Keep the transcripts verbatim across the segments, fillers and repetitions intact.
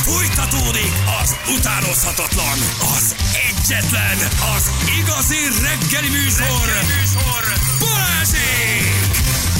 Fújtatódik az utánozhatatlan, az egyetlen, az igazi reggeli műsor, reggeli műsor. Balázsék!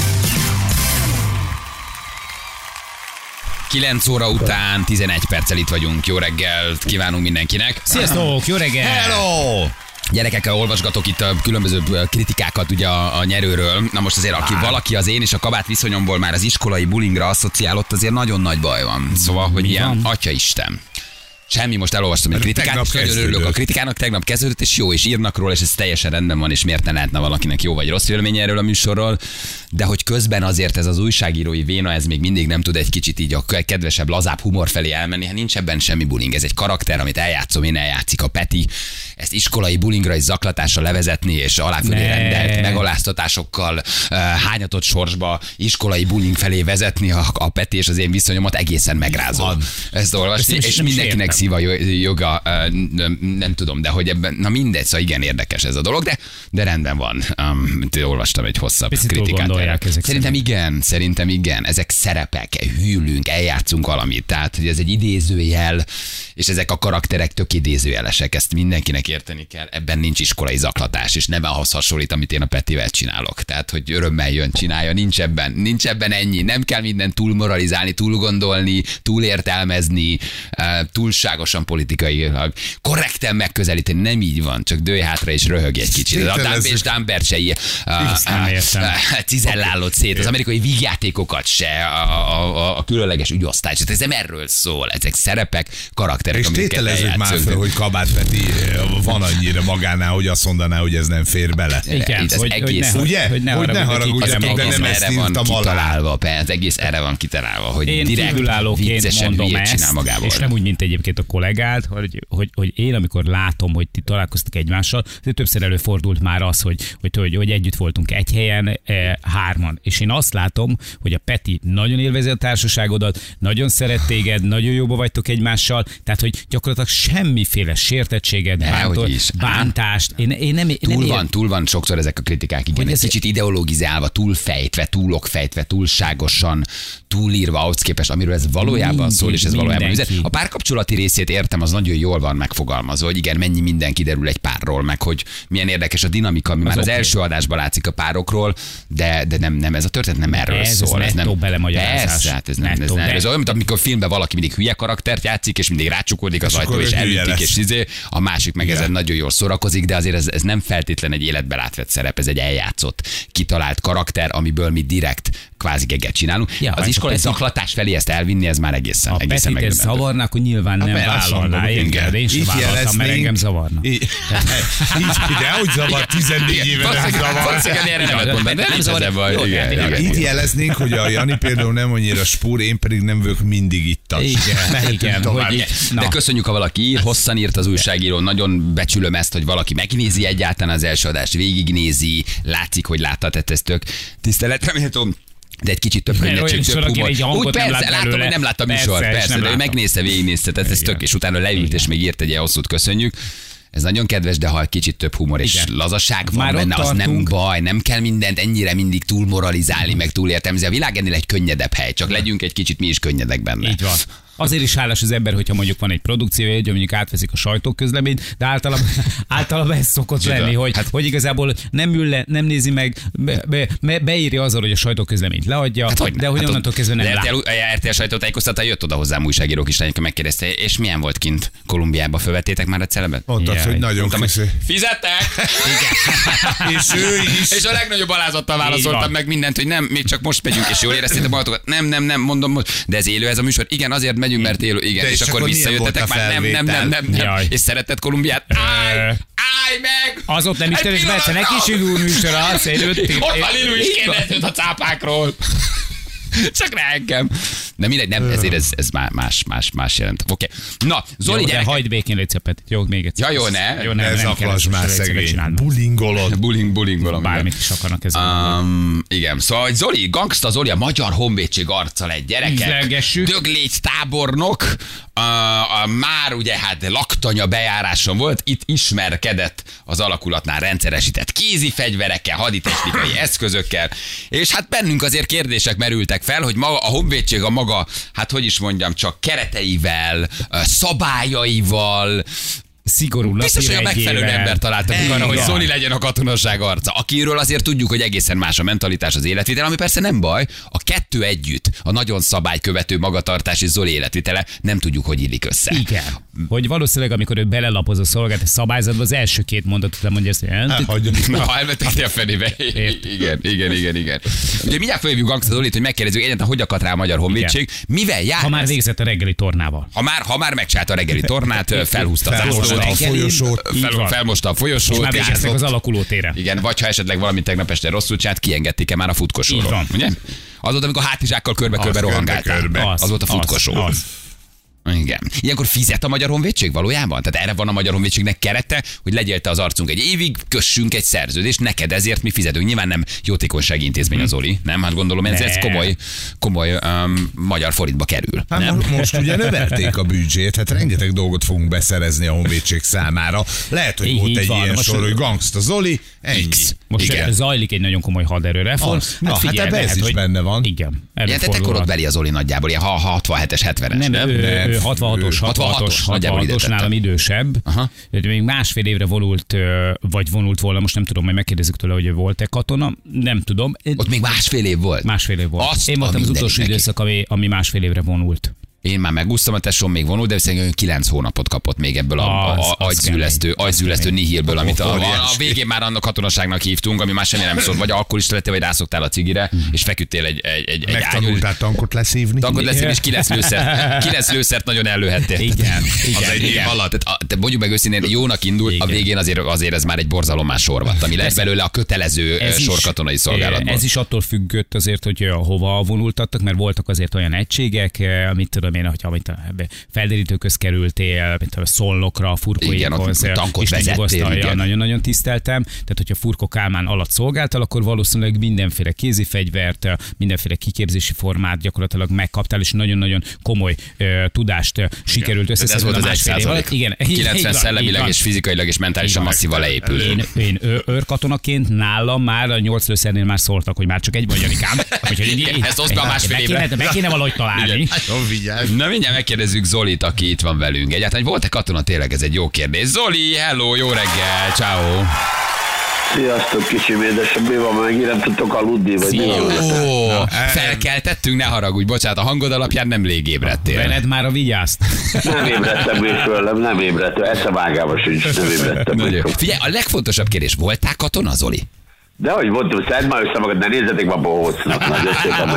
kilenc óra után tizenegy perccel itt vagyunk. Jó reggelt kívánunk mindenkinek. Sziasztok, jó reggel! Hello! Gyerekekkel olvasgatok itt a különböző kritikákat ugye a, a nyerőről. Na most azért, aki Á. valaki az én és a kabát viszonyomból már az iskolai bullingra asszociálott, azért nagyon nagy baj van. Szóval, hogy Mi ilyen van? Atyaisten. Semmi, most elolvastam egy kritikát, és nagyon örülök a kritikának, tegnap kezdődött, és jó, és írnak róla, és ez teljesen rendben van, és miért ne lehetne valakinek jó vagy rossz véleménye erről a műsorról, de hogy közben azért ez az újságírói véna, ez még mindig nem tud egy kicsit így a kedvesebb, lazább humor felé elmenni, hát nincs ebben semmi bullying, ez egy karakter, amit eljátszom, én eljátszik a Peti, ezt iskolai bullyingra és zaklatásra levezetni, és aláfölé rendelt megaláztatásokkal, hányatott sorsba iskolai bullying felé vezetni a, a Peti és az én viszonyomat egészen megrázó. Ezt olvasni, és mindenkinek szív a joga, nem, nem tudom, de hogy ebben, na mindegy, szóval igen érdekes ez a dolog, de, de rendben van. Um, olvastam egy hosszabb Picit kritikát. Szerintem szerint. igen, szerintem igen, ezek szerepek, hűlünk, eljátszunk valamit, tehát hogy ez egy idézőjel, és ezek a karakterek tök idézőjelesek, ezt mindenkinek érteni kell, ebben nincs iskolai zaklatás, és nem ahhoz hasonlít, amit én a Petivel csinálok. Tehát, hogy örömmel jön, csinálja, nincs ebben, nincs ebben ennyi, nem kell minden túl moralizálni, túl gondolni, túl értelmezni, túlságosan politikailag korrekten megközelíteni, nem így van, csak dőj hátra és röhög egy kicsit. A Dumb és Dumber se cizellálod szét, az amerikai vígjátékokat se, a, a, a különleges ügyosztály, ez nem erről szól, ezek szerepek, karakterek, és tételezzük már fel, hogy Kabát Peti van annyira magánál, hogy azt mondaná, hogy ez nem fér bele. Igen, az hogy, egész, hogy ugye? Hogy ne haragudj, de nem ezt írtam alá. Az egész erre van kitalálva, hogy én direkt viccesen hülyét csinál magából. És nem úgy, mint egyébként a kollégád, hogy, hogy, hogy én, amikor látom, hogy ti találkoztak egymással, többször előfordult már az, hogy, hogy, hogy, hogy együtt voltunk egy helyen, e, hárman. És én azt látom, hogy a Peti nagyon élvezi a társaságodat, nagyon szeret téged, nagyon jóba vagytok egymással, tehát, hogy gyakorlatilag semmiféle sértettséget, bántó, bántást. Én, én nem, túl nem van, ér... túl van sokszor ezek a kritikák, igen, egy ez kicsit ideologizálva, túlfejtve, túlokfejtve, túlságosan, túlírva ahhoz képest, amiről ez valójában mindig, szól, és ez valójában üzet. A párkapcsolati részét értem, az nagyon jól van megfogalmazva, hogy igen, mennyi minden kiderül egy párról, meg hogy milyen érdekes a dinamika, ami az már okay. Az első adásban látszik a párokról, de, de nem, nem, ez a történet nem erről ez szól. Ez nem persze, hát ez nem, ez nem ez olyan, mint amikor filmben valaki mindig hülye karaktert játszik, és mindig rácsukódik az ajtó, és elütik, és izé, a másik meg ezen nagyon jól szórakozik, de azért ez, ez nem feltétlen egy életbe átvett szerep, ez egy eljátszott, kitalált karakter, amiből mi direkt kvázi geget csinálunk. Ja, az iskolai zaklatás felé ezt elvinni, ez már egészen a egészen megdöbbentő. Ha zavarna, akkor nyilván nem vállalná. Én sem vállaltam, mert engem zavarna. De hogy zavar, tizennégy éve nem zavar. Így jeleznénk, hogy a Jani például nem annyira spór, én pedig nem vagyok mindig ittas. Igen, de köszönjük, ha valaki ír, hosszan írt az újságíró, nagyon becsülöm ezt, hogy valaki megnézi egyáltalán az első adást, végignézi, látszik, hogy látta, tehát ez tök tiszteletre méltó. De egy kicsit több könnyedség, több humor. Úgy persze, látom, hogy nem látta a műsor, persze, persze de ő megnézte, végignézte, tehát ez tök, és utána leült, és még írt egy ilyen hosszút, köszönjük. Ez nagyon kedves, de ha egy kicsit több humor és igen. lazaság van már benne, az nem baj, nem kell mindent ennyire mindig túl moralizálni, meg túl értelmezni. A világ ennél egy könnyedebb hely, csak legyünk egy kicsit mi is könnyedek benne. Így van. Azért is hálás az ember, hogyha mondjuk van egy produkciója, hogy mondjuk átveszik a sajtóközleményt, de általában, általában ez szokott lenni, hogy, hát, hogy igazából nem ül le, nem nézi meg, be, be, be, beírja azzal, hogy a sajtóközleményt leadja, hát, hogy, de hogy hát, onnantól kezdve nem lát. A er té el sajtótájékoztató jött oda hozzám újságírók is, amikor megkérdezte, és milyen volt kint Kolumbiában, fölvettétek már a celebet? Mondtad, yeah, hogy nagyon köszönöm. Fizettek! És ő is. És a legnagyobb alázattal válaszoltam meg mindent, hogy nem, még csak most megyünk, és jól éreztétek magatokat. Nem, nem, nem, mondom most, de ez élő ez a műsor. Igen, azért megyünk, mert élő, igen, de és akkor visszajöttetek már, nem, nem, nem, nem, nem. És szeretted Kolumbiát? Állj! Állj meg! Az ott nem is teres Bence, neki is új műsora, azt élőttünk. Ott van Lilu is kérdezőt a cápákról. Csak ne engem. De mindegy, nem, ezért ez, ez más, más, más jelent. Oké. Okay. Na, Zoli, jó, gyerekek. Hagyd békén receptet. Jó, még egyszer. Ja, jó, ne. Jó, ne, ne zaklasd már szegény. Bulingolod. Buling, bulingolom. Bármit is akarnak ezzel. Um, igen, szóval, hogy Zoli, Gangsta Zoli, a Magyar Honvédség arca lett, gyerekek. Döglégy tábornok, a, a, már ugye hát laktanya bejáráson volt, itt ismerkedett az alakulatnál rendszeresített kézi fegyverekkel, haditechnikai eszközökkel, és hát bennünk azért kérdések merültek fel, hogy maga a honvédség a maga maga, hát hogy is mondjam, csak kereteivel, szabályaival, szigorú biztos, hogy a megfelelő ember találtak arra, hogy Zoli legyen a katonaság arca, akiről azért tudjuk, hogy egészen más a mentalitás, az életvitel, ami persze nem baj, a kettő együtt, a nagyon szabálykövető magatartás és Zoli életvitele, nem tudjuk, hogy illik össze. Igen. Hogy valószínűleg, amikor ő belelapoz a szolgálati szabályzatba, az első két mondatot nem mondja, hogy na, elvetettél a fenébe. Igen, igen, igen, igen. Ugye mindjárt följövjük Gangsta Zolit, hogy megkérdezzük egyáltalán, hogy akadt rá a Magyar Honvédség, mivel jár. Ha már végzett a reggeli tornával. Ha már, ha már megcsinálta a reggeli tornát, felhúzta a folyosót. Fel, felmosta a folyosót. És már végeztek az alakuló téren. Igen, vagy ha esetleg valamit tegnap este rosszul csinált, kiengedték-e már a futkosóról. Ugye? Az volt, amikor hátizsákkal körbe-körbe rohangáltál. Az, az volt a futkosó. Az, az. Igen. Ilyenkor fizet a Magyar Honvédség valójában? Tehát erre van a Magyar Honvédségnek kerete, hogy legyél te az arcunk egy évig, kössünk egy szerződést, neked ezért mi fizetünk. Nyilván nem jótékonysági intézmény az Zoli, nem? Hát gondolom, ez, ez komoly, komoly um, magyar forintba kerül. Hát nem? Most ugye növelték a büdzsét, hát rengeteg dolgot fogunk beszerezni a Honvédség számára. Lehet, hogy volt egy van, ilyen sor, hogy Gangsta Zoli, X. Most igen. Zajlik egy nagyon komoly haderőreform. Hát na, figyelj, hát lehet, ez is benne van. Igen. Igen, te korodbeli a Zoli nagyjából, ilyen hatvanhetes, hetvenes, nem? Nem, ő, ő hatvanhatos, hatvanhatos, hatvanhatos, nálam idősebb. Aha. Még másfél évre vonult, vagy vonult volna, most nem tudom, majd megkérdezzük tőle, hogy volt-e katona, nem tudom. Ott még másfél év volt? Másfél év volt. Azt Én voltam az utolsó neki. időszak, ami, ami másfél évre vonult. Én már megúsztam, a tesóm még vonult, de szerintem kilenc hónapot kapott még ebből a, a, a agyzülesztő, agyzülesztő nihilből, amit a, a, a végén már annak katonaságnak hívtunk, ami már semmi nem szólt, vagy alkoholista lettél, vagy rászoktál a cigire, és feküdtél egy, egy, egy, egy megtanultál tankot leszívni. Tankot leszívni, és kilenc lőszert, kilenc lőszert nagyon ellőhettél. Igen, igen, az egy év alatt. Tehát, te mondjuk meg őszintén, jónak indult, igen. A végén azért, azért ez már egy borzalommá sorvadt, ami lett belőle a kötelező sorkatonai szolgálatból. Ez is attól függött azért, hogy hova vonultattak, mert voltak azért olyan egységek, amit tudom én, hogyha amit felderítőköz kerültél, mint a Szolnokra, a Furkóékhoz, és nyugosztalja, nagyon-nagyon tiszteltem. Tehát, hogyha Furkó Kálmán alatt szolgáltál, akkor valószínűleg mindenféle kézi fegyvert, mindenféle kiképzési formát gyakorlatilag megkaptál, és nagyon-nagyon komoly uh, tudást uh, sikerült összeszedni. Ez volt az egy százalék. Igen. kilencven szellemileg és fizikailag és mentálisan masszívan leépül. Én, én őrkatonaként nálam már a nyolc lőszernél már szóltak, hogy már csak egy magyarikám. Ezt oszd be a másfél évre. Meg kéne valahogy találni. Na mindjárt megkérdezzük Zolit, aki itt van velünk. Egyáltalán volt-e katona? Tényleg ez egy jó kérdés. Zoli, hello, jó reggel, ciao. Sziasztok, kicsim édesem, mi van, megint nem tudtok aludni, vagy mi van? Felkeltettünk, ne haragudj, bocsánat, a hangod alapján nem rég ébredtél. Veled már a vigyázt. Nem ébredtem még föl, nem ébredtem, eszem ágában sincs, nem ébredtem. Figyelj, a legfontosabb kérdés, voltál katona, Zoli? De hogy mondtam, szedd már össze magad, ne nézzetek ma bohócnak. Nagyon szépen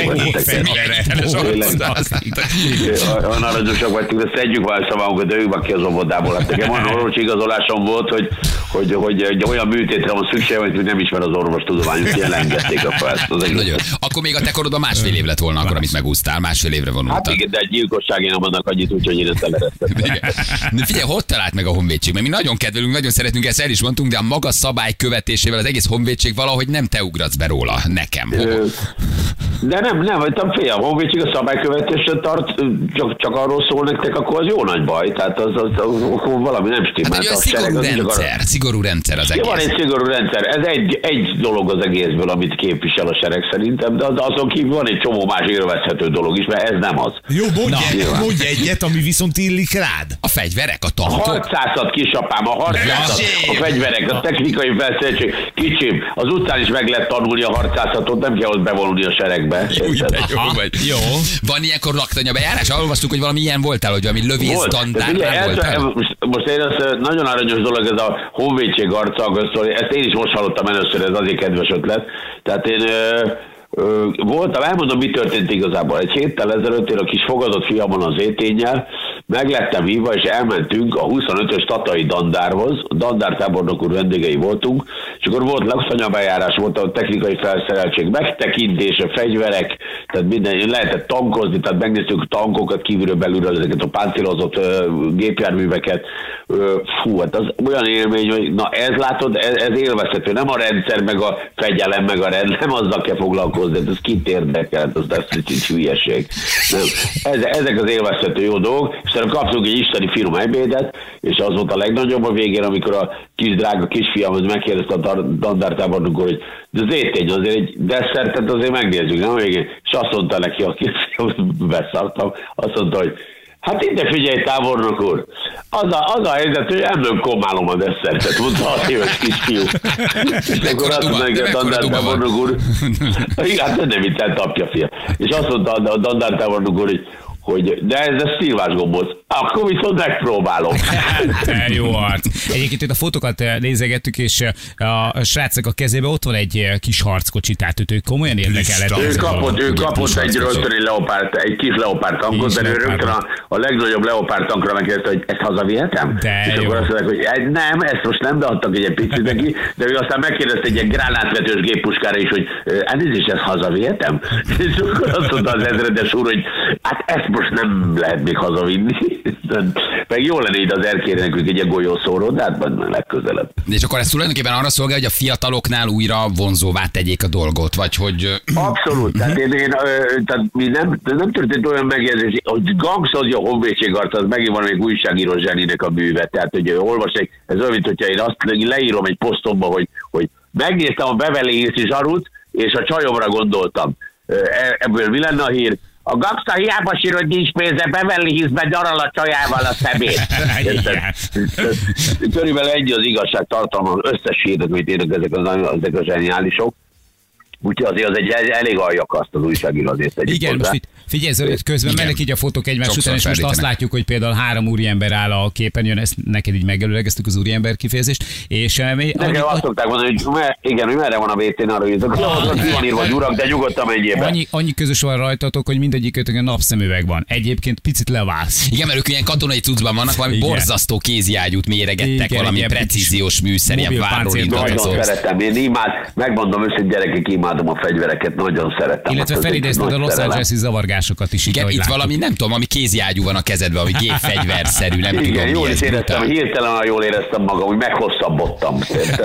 megkérdezik. Olyan aranyosak vagytunk, de szedjük már össze magunkat, de ők ki az óvodából. Nekem olyan orvosi igazolásom volt, hogy, hogy, hogy egy olyan műtétre van szükség, hogy nem ismer az orvostudomány, úgyhogy elengedték a felszt. Nagyon. Akkor még a te korodban másfél év lett volna, akkor, amit megúsztál, másfél évre vonultad. Hát igen, de egy gyilkosság én nem adnak annyit, úgyhogy én ezt eleredtem. Figyelj, hogy talált meg a honvédség? Mert mi nagyon kedvelünk, nagyon szeretünk, ezt el is mondtunk, de a maga szabály követésével az egész honvédség valahogy nem te ugratsz be róla, nekem. Ö, de nem, nem, vagytam fél, a honvédség a szabálykövetésre tart, csak, csak arról szól nektek, akkor az jó nagy baj, tehát az, az, az, az valami nem stimmel. Hát, a szigorú sereg, rendszer, arra... szigorú rendszer az egész. Van egy szigorú rendszer, ez egy, egy dolog az egészből, amit képvisel a sereg szerintem, de azon kívül van egy csomó más élvezhető dolog is, mert ez nem az. Jó, mondj, egy, mondj egyet, ami viszont illik rád. A fegyverek, a tankok. A harcászat, kisapám, a harcászat, a fegyverek, a technikai felszereltség, kicsim, az utcán is meg lehet tanulni a harcászatot, nem kell ott bevonulni a seregbe. Jó, jó, vagy. Jó. Van ilyenkor laktanya bejárás? Olvastuk, hogy valami ilyen voltál, hogy valami lövész dandárnál voltál? Most, most én ez nagyon aranyos dolog, ez a honvédség arca, ezt én is most hallottam először, ez azért kedves ötlet. Tehát én ö, voltam, elmondom, mi történt igazából. Egy héttel ezelőtt én a kis fogadott fiamon az éténnyel, meg lettem hívva, és elmentünk a huszonötös tatai dandárhoz, a dandártábornok úr vendégei voltunk, és akkor volt laktanyabejárás, volt a technikai felszereltség, megtekintése, fegyverek, tehát minden, lehetett tankozni, tehát megnéztük a tankokat kívülről belülről, ezeket a páncélozott uh, gépjárműveket. Uh, fú, hát az olyan élmény, hogy na ez látod, ez, ez élvezhető, nem a rendszer, meg a fegyelem, meg a rend, nem azzal kell foglalkozni, ez kit érdekel, az lesz hülyeség. Nem. Ez, ezek az élvezhető jó dolgok, és szerintem kaptunk egy isteni finom ebédet, és az volt a legnagyobb a végén, amikor a kis drága kisfiam megkérdezte a dandártábornok úr, hogy de azért tény, azért egy desszertet azért megnézzük, nem? És azt mondta neki, aki beszartam, azt mondta, hogy hát ide figyelj, tábornok úr, az a, az a helyzet, hogy nem komálom a desszertet, mondta hat éves kisfiú. És akkor azt mondta neki a dandártábornok úr, igen, hát nem itt tapja, fia. És azt mondta a dandártábornok úr, hogy hogy de ez a szilvás gomboz. Akkor viszont megpróbálom. Te jó arc. Egyébként itt a fotókat nézegettük, és a srácok a kezében ott van egy kis harckocsi, tehát őt komolyan érdekel. Ő kapott, ő kapott egy rögtön egy leopárt, egy kis leopárt tankot, de ő rögtön a, a legnagyobb leopárt tankra megkérdezte, hogy ezt hazavihetem? De és jó. akkor azt mondják, hogy nem, ezt most nem, de adtak egy picit neki, de ő aztán megkérdezte egy ilyen gránátvetős géppuskára is, hogy elnézést, ezt hazavihetem? És akkor azt mondta az ezredes úr, hogy hát ezt most nem lehet még hazavinni. Meg jó lenne itt az erkére nekünk egy ilyen golyószóró, de hát majd legközelebb. És akkor ez tulajdonképpen arra szolgál, hogy a fiataloknál újra vonzóvá tegyék a dolgot, vagy hogy... Abszolút. Tehát, én, én, tehát mi nem, nem történt olyan megjegyzés, hogy gangszozja a honvédségarc, az megint van egy újságíró zseninek a műve. Tehát, hogy olvasnék, ez olyan, mint hogyha én azt leírom egy posztomba, hogy, hogy megnéztem a Beverly Hills zsarut, és a csajomra gondoltam. Ebből mi lenne a hír? A gangsta hiába sír, hogy nincs pénze, Beverly Hillsben nyaral a csajával a szemét. Körülbelül egy az igazság tartalma az összes hírnek, amit érnek ezek a, ezek a zseniálisok. Úgyhogy azért az egy elég aljakaszt az újságíró azért egy. Igen, most itt figyelj, közben mennek így a fotók egymás sokszor után, és most azt látjuk, hogy például három úriember áll a képernyőn, ezt neked így megelőlegeztük az úriember kifejezést, és... Nekem azt szokták mondani, hogy mer, igen, hogy merre van a vé té-n, arra írtak, hogy ki van írva, hogy urak, de nyugodtan menjél be. Annyi, annyi közös van rajtatok, hogy mindegyikőtön napszemüveg van. Egyébként picit leválsz. Igen, mert ők ilyen katonai cuccban vannak, valami igen. borzasztó kéziágyút méregettek, igen, valami precíziós műszer, ilyen Nagyon szeretem, én imád, megmondom össze, gyerekek, imádom a fegyvereket, nagyon szeretem. Illetve felidézted a Los Angeles-i zavargásokat is. Igen, itt valami, nem tudom, ami kéziágyú van a kezedben, ami gépfegyverszerű, nem igen, tudom, jól mi ez. Éreztem, hirtelen jól éreztem magam, hogy meghosszabbodtam.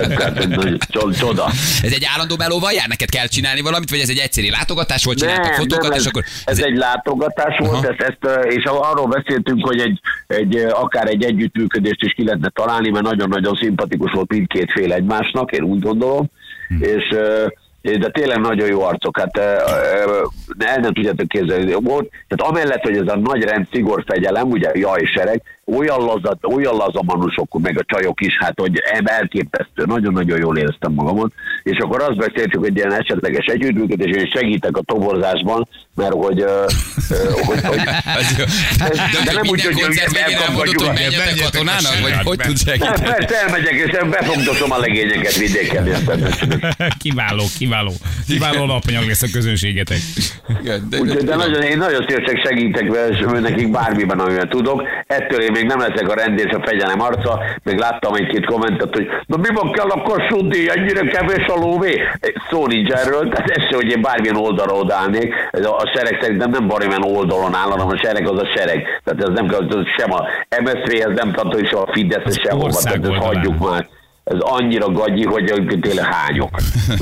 Csoda. Ez egy állandó melóval jár? Neked kell csinálni valamit, vagy ez egy egyszerű látogatás volt, csináltak fotókat, és akkor... Ez, ez egy látogatás volt, ezt, ezt, és arról beszéltünk, hogy egy, egy, akár egy együttműködést is ki lehetne találni, mert nagyon-nagyon szimpatikus volt mindkét fél egymásnak, én úgy gondolom, hm. és... de tényleg nagyon jó arcok, hát el nem tudjátok képzelni. Tehát amellett, hogy ez a nagy rend, szigor fegyelem, ugye jaj sereg, olyan laza, olyan laza manusok, meg a csajok is, hát hogy elképesztő, nagyon-nagyon jól éreztem magamon, és akkor azt beszéltük, hogy ilyen esetleges együttműködés, és segítek a toborzásban, mert hogy... hogy, hogy de, de nem úgy, hogy elkaphatjuk a... menjetek katonának, vagy hogy tudsz segíteni? Persze elmegyek, és befogdosom a legényeket vidéken. Kiváló, kiváló. Kiváló alapanyag lesz a közönségetek. Úgyhogy de nagyon, én nagyon szívesen segítek nekik bármiben, amiben tudok. Ettől én még nem leszek a rend és a fegyelem arca, még láttam egy-két kommentet, hogy na mi van kell akkor Sudi, ennyire kevés a lóvé? Szó nincs erről, tehát ez se, hogy én bármilyen oldalra odállnék. A sereg szerintem nem bármilyen oldalon áll, hanem a sereg az a sereg. Tehát ez nem kell, sem a em es zé hez nem tartó, sem a Fidesz, sehova, tehát ezt hagyjuk már. Ez annyira gagyi, hogy tényleg hányok.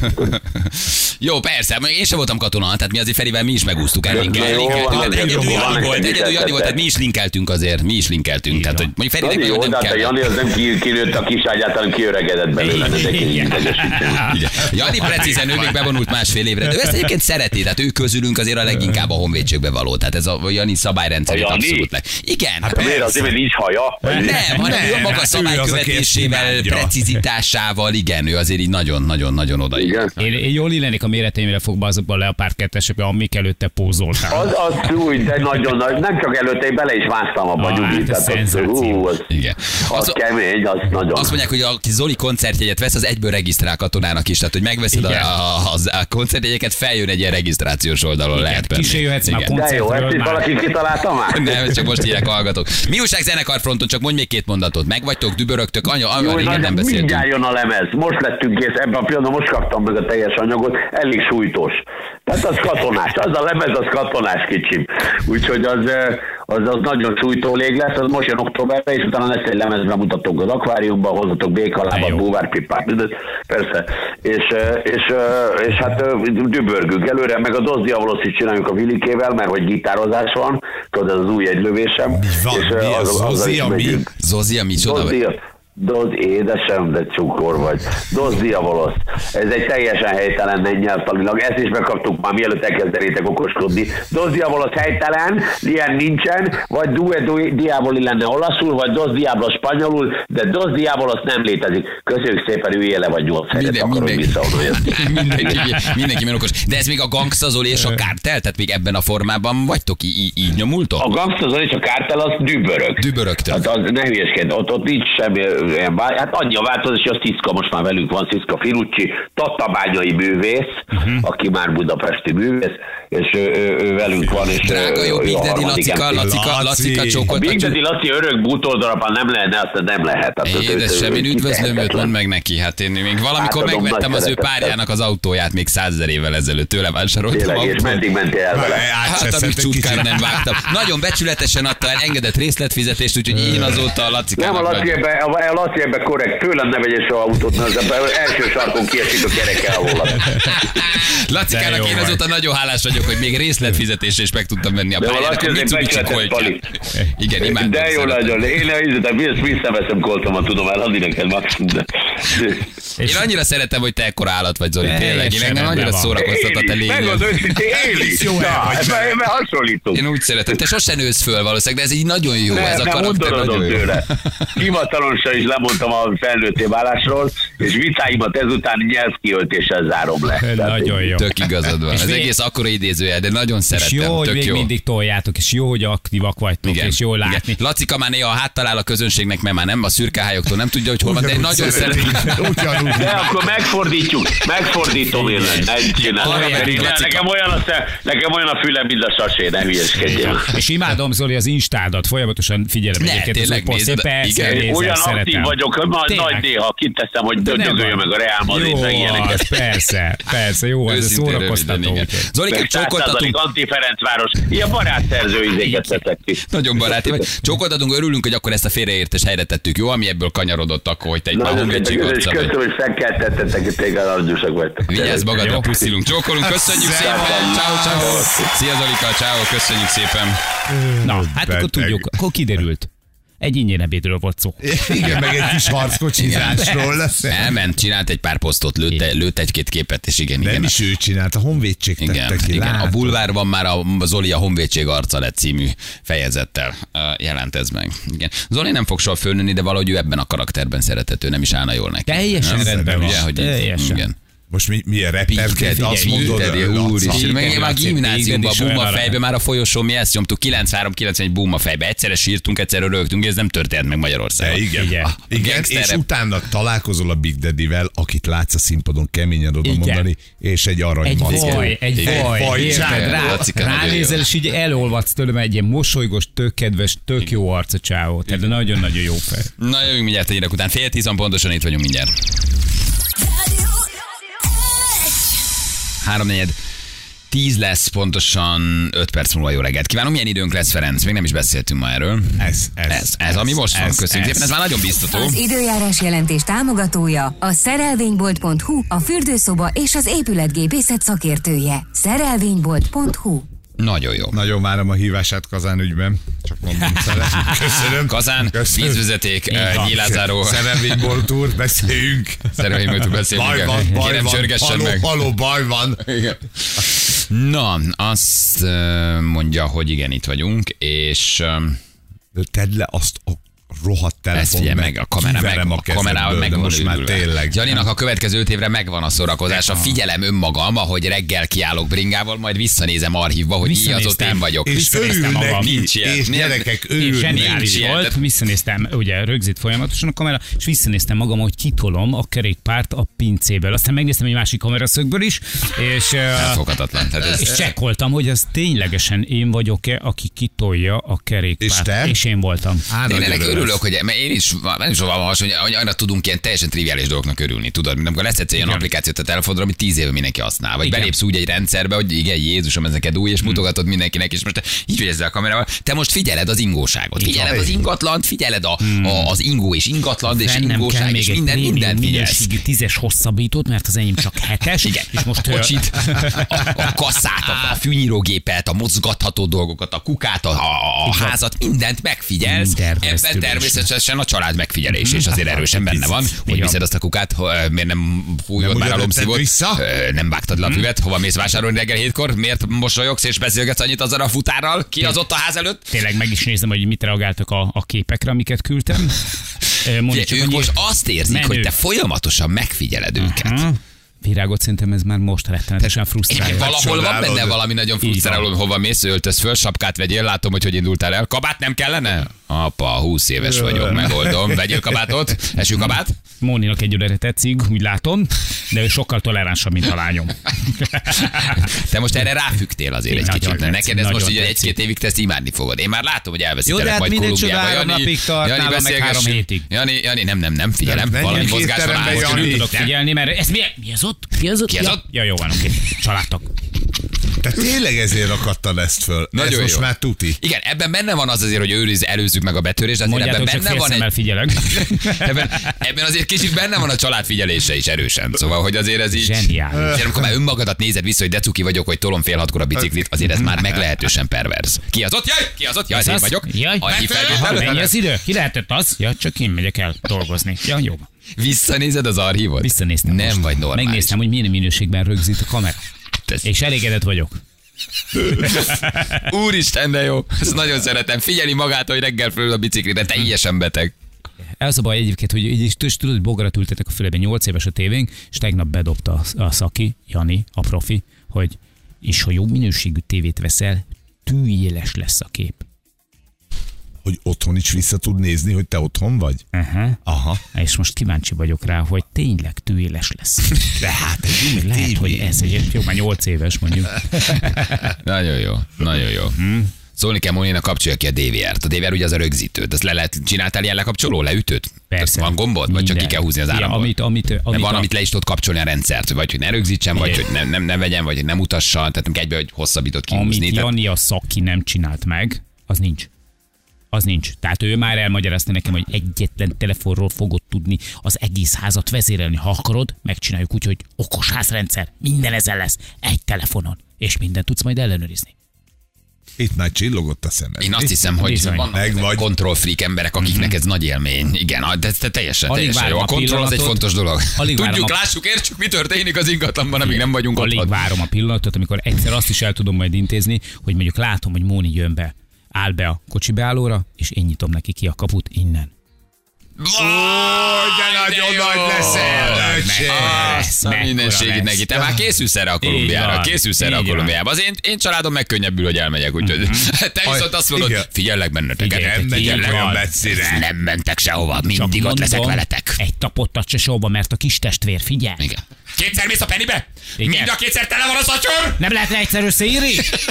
Jó, persze, én sem voltam katona, tehát mi azért Ferivel mi is megúsztuk el. Egyedül Jani volt, egyedül Jani volt, tehát mi is linkeltünk azért, mi is linkeltünk. Tehát, hogy mondjuk Ferinek nagyon nem kell. Jani az nem kinőtt a kiságyát, hanem kiöregedett belőle. Jani precízen, ő még bevonult másfél évre, de ő ezt egyébként szereti, tehát ő közülünk azért a leginkább a honvédségbe való. Tehát ez a Jani szabályrendszerét abszolút meg. Igen. Hát miért azért, mert nincs haja? Nem, hanem ő maga szabálykövetésével, precizitásával, igen, ő azért így nagyon-nagyon-nagyon odaig. Én jól illenék a méreteimre fogva azokban a Leopard kettesekbe, amik előtte pózoltál. Az, az úgy, de nagyon nagy, nem csak előtte, én bele is másztam abba, ah, nyugi. Hát az, az, igen. Az, az kemény, az nagyon. Azt mondják, hogy aki Zoli koncertjegyet vesz, az egyből regisztrál katonának is, tehát hogy megveszed a, a, a koncertjegyeket, feljön egy ilyen regisztrációs oldalon, igen, lehet benni. Kis jöhetsz már koncertről. De jó, ezt itt valaki kitalálta már? Nem, csak most írják hallgatók. Mi újság zenekarfronton, csak mondj még két mondatot. Megvagytok, dübörögtök, anya, anya, régen nem beszéltünk. Mindjárt jön a lemez. Most lettünk kész ebben a pillanatban, most kaptam meg a teljes anyagot, elég súlytos. Tehát az katonás, az a lemez, az katonás kicsim. Úgyhogy az, az, az nagyon súlytólég lesz, az most jön októberben, és utána lesz egy lemez, bemutatok az akváriumban, hozatok békalábat, búvárpipát, persze. És, és, és hát dübörgünk előre, meg a Dos Diabolos is csináljuk a Vilikével, mert hogy gitározás van, tudod, ez az új egylövésem. Mi van? És mi az, az, az, az Zozi, is megyünk. Zozi, mi csoda? Doz édesem, de cukor vagy. Doz diavolos. Ez egy teljesen helytelen nyelvtanilag. Ezt is megkaptuk már, mielőtt elkezdenétek okoskodni. Doz diavolos helytelen, ilyen nincsen, vagy due diavoli lenne olaszul, vagy doz diablos spanyolul, de doz diavolos nem létezik. Köszönjük szépen, üljél le, vagy nyolc helyet akarok visszaonolni. Mindenki, mindenki milyen okos. De ez még a Gangsta Zoli és a Kártel, tehát még ebben a formában vagytok, így, így nyomultok? A Gangsta Zoli és a Kártel az dübörög. Dübörögtök. Hát az ne hülyeskedj, ott, ott nincs semmi ilyen vá- hát annyi a változás, hogy a Sziszka, most már velünk van Sziszka Firucci, tatabányai művész, uh-huh. aki már budapesti művész, és ő, ő, ő velünk van. És drága jó, Big Daddy Lacika, Lacika, Lacika csókoltat. Big Daddy Laci örök bútordarabban nem lehetne, azt nem lehet. Azt édesem, én üdvözlöm őt, mondd meg neki. Hát én még valamikor hát, megvettem az ő párjának az autóját még százezer évvel ezelőtt, tőle vásároltam. Tényleg, és meddig mentél el vele? Hát amíg csutkára nem vágtam. Nagyon becsületesen adta el, engedett részletfizetést, úgyhogy én azóta a Lacikának. Nem, a Laci ebben, a Laci ebben korrekt, tőlem ne vegyes a autót, mert az első sarkon kiesik a kerekkel volna. Lacikának én azóta nagyon hálás vagyok, hogy még részletfizetésre is meg tudtam venni a pályának a Mitsubishi Coltját. Igen, imádom. De jó nagyon. Én visszaveszem Coltomat, tudom eladni neked maximum. Én annyira szeretem, hogy te ekkora állat vagy, Zoli, tényleg. Én engem annyira szórakoztat a te lényed. Megmond őszintén, Éli. Jó, ebben hasonlítunk. Én úgy szeretem. Te sose nősz föl valószínűleg, de ez így nagyon jó. Ez a karakter nagyon jó. Hivatalosan is lemondtam a felnőtté válásról, és vitáimat ezután nyelvkiöltéssel zárom le. Nagyon jó. Tök igazad van. Ez még... egész akkora idézőjel, de nagyon szeretem. És jó, hogy tök még jó. mindig toljátok, és jó, hogy aktívak vagytok, igen, és jól látni. Igen. Lacika már néha háttalál a közönségnek, mert már nem a szürkehályoktól nem tudja, hogy hol van, de én nagyon szeretem. De akkor megfordítjuk, megfordítom én Nekem olyan a, nekem olyan a fülem, mint a sasé, ne hülyeskedjél. És imádom, Zoli, az Instádat, folyamatosan figyelem egyébként az új poszt. Olyan aktív vagyok, nagy néha kiteszem, hogy dögöljön meg a Real Madrid, meg ilyeneket. Persze, persze, jó, ez szórakoztató. Zolikám, csókoltatunk. Anti-Ferencváros, ilyen barátszerző izéket tettek ki. Nagyon baráti vagy. Csókoltatunk, örülünk, hogy akkor ezt a félreértés helyre tettük, jó? Ami ebből kanyarodott akkor, hogy te egy már honvédség arca vagy. Köszönöm, hogy fenkeltettetek, hogy téged aranyúsak vagytok. Vigyázz magadra, puszilunk, csókolunk, köszönjük szépen. Ciao, ciao. Szia Zolika, ciao, köszönjük szépen. Na, hát akkor tudjuk, akkor kiderült. Egy ingyen ebédről volt szó. Igen, meg egy kis harckocsizásról. Elment, csinált egy pár posztot, lőtt, lőtt egy-két képet, és igen. Nem igen. is ő csinált, a honvédség tette ki. Igen. A bulvárban már a Zoli a honvédség arca lett című fejezettel jelent ez meg. Igen. Zoli nem fog soha fölnőni, de valahogy ő ebben a karakterben szerethető, nem is állna jól neki. Teljesen rendben van. Hogy teljesen. Igen. Most mi, milyen rapperként azt mondod? Úristen, meg már gimnáziumban, bumma fejbe, már a folyosón mi ezt nyomtuk, kilencvenhárom kilencvenegy bumma fejbe. Egyszerre sírtunk, egyszerre rögtünk, ez nem történt meg Magyarországon. Igen, igen. A, igen és utána találkozol a Big Daddy-vel, akit látsz a színpadon keményen oda mondani, és egy aranymat. Egy vaj, egy vaj. Ránézel, és így elolvadsz tőlem egy ilyen mosolygós, tök kedves, tök jó arc a csávó. Tehát nagyon-nagyon jó fej. Na, jövünk mindjárt egyre után. Fél tízan pontosan itt vagyunk mindjárt. Háromnegyed tíz lesz, pontosan öt perc múlva. Jó reggelt kívánunk. Milyen időnk lesz, Ferenc? Még nem is beszéltünk ma erről. Ez, ez, ez, ez, ez ami most ez, van. Köszönjük szépen, ez már nagyon biztató. Az időjárás jelentés támogatója a szerelvénybolt pont hu, a fürdőszoba és az épületgépészet szakértője. szerelvénybolt pont hu. Nagyon jó. Nagyon várom a hívását Kazán ügyben. Csak mondom, szeretem. Köszönöm. Kazán, Köszönöm. vízvezeték, nyílázáró. Szerelvénybolt úr, beszéljünk. Szerelvénybolt úr, beszéljünk. Baj van, baj Kérem, van. csörgessen haló, meg. haló, baj van. Igen. Na, azt mondja, hogy igen, itt vagyunk, és... Tedd le azt a rohadt telefon. Ezt figyelj meg, a kamera meg, a, a kamerával meg most már tényleg. Janinak a következő öt évre megvan a szórakozása. Figyelem önmagam, ahogy reggel kiállok bringával, majd visszanézem archívba, hogy így az ott én vagyok. És örül neki, nincs ilyen. és gyerekek örül. Zseniális volt, visszanéztem, ugye rögzít folyamatosan a kamera, és visszanéztem magam, hogy kitolom a kerékpárt a pincéből. Aztán megnéztem egy másik kameraszögből is, és, elfogadhatatlan. Ez... és csekkoltam, hogy az ténylegesen én vagyok-e, aki kitolja a kerékpárt. És, és én voltam. Örülök, hogy mert én is, nem is van hogy annyira tudunk ilyen teljesen triviális dolgoknak örülni, tudod, mint amikor lesz egy olyan applikációt a telefonra, amit tíz éve mindenki használ, vagy igen. Belépsz úgy egy rendszerbe, hogy igen, Jézusom, ez neked új, és mutogatod mindenkinek, és most így vagy ezzel a kamerával, te most figyeled az ingóságot, figyeled igen. az ingatlant, figyeled a, hmm. a, az ingó és ingatlan, és ingóság, és minden, minden figyelsz. Tízes hosszabbítót, mert az enyém csak hetes, igen. És most kocsit, a, a kasszát, a, a fűnyírógépet, a mozgatható dolgokat, a kukát, a, a, a házat, mindent megfigyelsz, ebben természetesen a család megfigyelés, és azért erősen benne van, hogy viszed azt a kukát, miért nem fújod már a lombszívót, nem vágtad le a füvet, hova mész vásárolni reggel hétkor, miért mosolyogsz és beszélgetsz annyit azzal a futárral, ki az ott a ház előtt? Tényleg meg is nézem, hogy mit reagáltak a, a képekre, amiket küldtem. Ugye, ők most azt érzik, menő. hogy te folyamatosan megfigyeled őket. Uh-huh. Virágot szerintem ez már most rettenetesen frusztráló. Valahol van benne valami nagyon frusztráló, hova mész, öltöz föl, sapkát vegyél, látom, hogy hogy indultál el. Kabát nem kellene? Apa, húsz éves vagyok, megoldom. Vegyél kabátot, esőkabát? Móninak egyelőre tetszik, úgy látom, de ő sokkal toleránsabb, mint a lányom. Te most erre ráfügtél azért én egy kicsit. Tetszik, neked ez most így egy-két évig te ezt imádni fogod. Én már látom, hogy elveszítelek majd Kolumbiába. Jani, napig tart, Jani, beszélgessünk. Jani, Jani, nem, nem, nem, figyelem. Valami mozgás van áll. Most nem tudok figyelni, mert ez mi, mi az ott? Ki az ott? Ki az ott? Ja, jó van, oké. Családtak. Te tényleg ezért akadtad ezt föl. Nagyon ez most jó. már tuti. Igen, ebben benne van az azért, hogy őriz, előzzük meg a betörést, de azért mondjátok, ebben benne van egy... figyelek. ebben, ebben azért kicsit benne van a család figyelése is erősen. Szóval, hogy azért ez így... Zseniális. Amikor már önmagadat nézed vissza, hogy decuki vagyok, hogy tolom fél hatkor a biciklit, azért ez már meglehetősen perverz. Ki az ott? Jaj! Ki az ott? Jaj, én vagyok. Jaj, mennyi az idő? Ki lehetett az? Ja, csak én megyek el dolgozni. Ja, jó. Visszanézed az archívot? Visszanéztem. Nem most. vagy normális. Megnéztem, hogy milyen minőségben rögzít a kamera. Ez... És elégedett vagyok. Úristen, de jó. Ezt nagyon szeretem. Figyeli magát, hogy reggel fölül a biciklire, teljesen beteg. Ez a baj egyébként, hogy így tudod, hogy bogarat ültetek a fülében, nyolc éves a tévénk, és tegnap bedobta a Szaki, Jani, a profi, hogy és ha jó minőségű tévét veszel, tűéles lesz a kép. Hogy otthon is vissza tud nézni, hogy te otthon vagy? Uh-huh. Aha. És most kíváncsi vagyok rá, hogy tényleg tűéles lesz. De hát egy lehet, tévé. Hogy ez egy jó, már nyolc éves mondjuk. Nagyon jó, nagyon jó. Hmm. Szólni kell Móninak, kapcsolja ki a dé vé er-t. A dé vé er ugye az a rögzítőt. Azt le lehet, csináltál ilyen lekapcsoló, leütőt? Persze. Van gombod? Vagy csak ki kell húzni az áramból? Ja, amit, amit, amit van, a... amit le is tudod kapcsolni a rendszert, vagy hogy ne rögzítsen, vagy hogy ne, nem, ne vegyen, vagy hogy nem utasson, tehát egybe, hogy hosszabbított kihúzni. Amit tehát... Jani a Szaki nem csinált meg, az nincs. Az nincs. Tehát ő már elmagyarázta nekem, hogy egyetlen telefonról fogod tudni az egész házat vezérelni. Ha akarod, megcsináljuk úgy, hogy okos házrendszer. Minden ezen lesz. Egy telefonon. És mindent tudsz majd ellenőrizni. Itt már csillogott a szemed. Én azt hiszem, hogy Bizony. vannak control freak emberek, akiknek ez nagy élmény. Igen, de ez teljesen, teljesen jó. A kontroll az egy fontos dolog. Tudjuk, a... lássuk, értsük, mi történik az ingatlanban, amíg nem vagyunk ott. Alig várom a pillanatot, amikor egyszer azt is el tudom majd intézni, hogy mondjuk látom, hogy Móni jön be, áll be a kocsi beállóra, és én nyitom neki ki a kaput innen. Ó, de nagyon nagy leszel, Azt a mindenségét neki. Te már készülsz erre a Kolumbiára. Készülsz erre a Kolumbiába. Az én, én családom megkönnyebbül, hogy elmegyek. Úgyhogy te viszont azt mondod, figyellek benneteket. Nem megyek olyan messzire. Nem mentek sehova, mindig ott leszek veletek. Egy tapottat se sehova, mert a kis testvér, figyelj. Igen. Kétszer mész a pennibe? Mind a kétszer tele van a szatyor? Nem lehetne egyszer összeírni?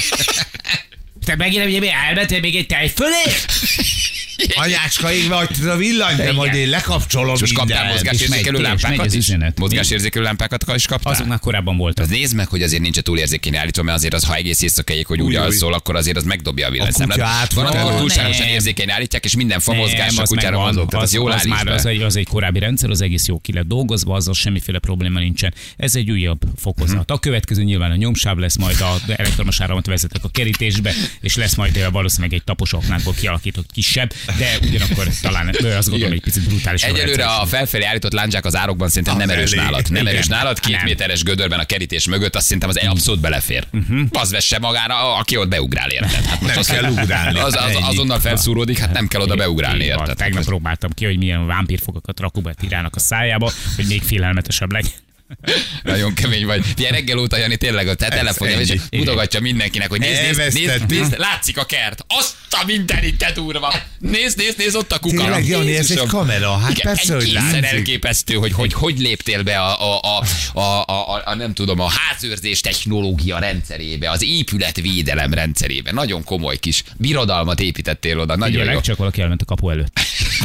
Te megint ugye elmentél még egy tej fölé? Anyácska, ég vagy a villany, de majd én lekapcsolom. És kaptál mozgásérzékelő lámpákat is? Mozgásérzékelő lámpákat is kaptál? Azoknak korábban voltak. Nézd meg, hogy azért nincs túl érzékeny állítva, mert azért az, ha egész éjszakáig, hogy úgy alszol, akkor azért az megdobja a villanyszámlát. Van, amikor túlságosan érzékeny állítják, és minden fa mozgás a kutyára van. Tehát az jól állít be. Az egy, az egy korábbi rendszer, az egész jó ki lett dolgozva, azzal semmiféle probléma nincsen. Ez egy újabb fokozat. A következő nyilván a nyomsáv lesz, majd a elektromos áramot vezetek a kerítésbe, és lesz majd valószínűleg egy taposoknátból kialakított kisebb, de ugyanakkor talán azt gondolom, egy picit brutális. Egyelőre a felfelé állított lándzsák az árokban szerintem nem erős nálad. Nem erős nálad, két méteres gödörben a kerítés mögött, azt szerintem az abszolút belefér. Az vesse magára, aki ott beugrál, érted? Hát most nem kell ugrálni. Az, az, azonnal felszúródik, hát nem kell oda beugrálni, érted? Tegnap próbáltam ki, hogy milyen vámpírfogakat rakóba tirának a szájába, hogy még félelmetesebb legyen. Nagyon kemény vagy. Ilyen reggel óta Jani tényleg a telefonja, és mutogatja mindenkinek, hogy nézd, nézd, nézd, nézd, látszik a kert. Azt a mindenit, te durva. Nézd, nézd, nézd, ott a kuka. Tényleg, Jani, ez egy kamera. Hát igen, persze, hogy látszik. Elképesztő, hogy, hogy hogy léptél be a, a, a, a, a, a, a, nem tudom, a házőrzés technológia rendszerébe, az épületvédelem rendszerébe. Nagyon komoly kis birodalmat építettél oda. Nagyon igen, jó. Csak valaki elment a kapu előtt.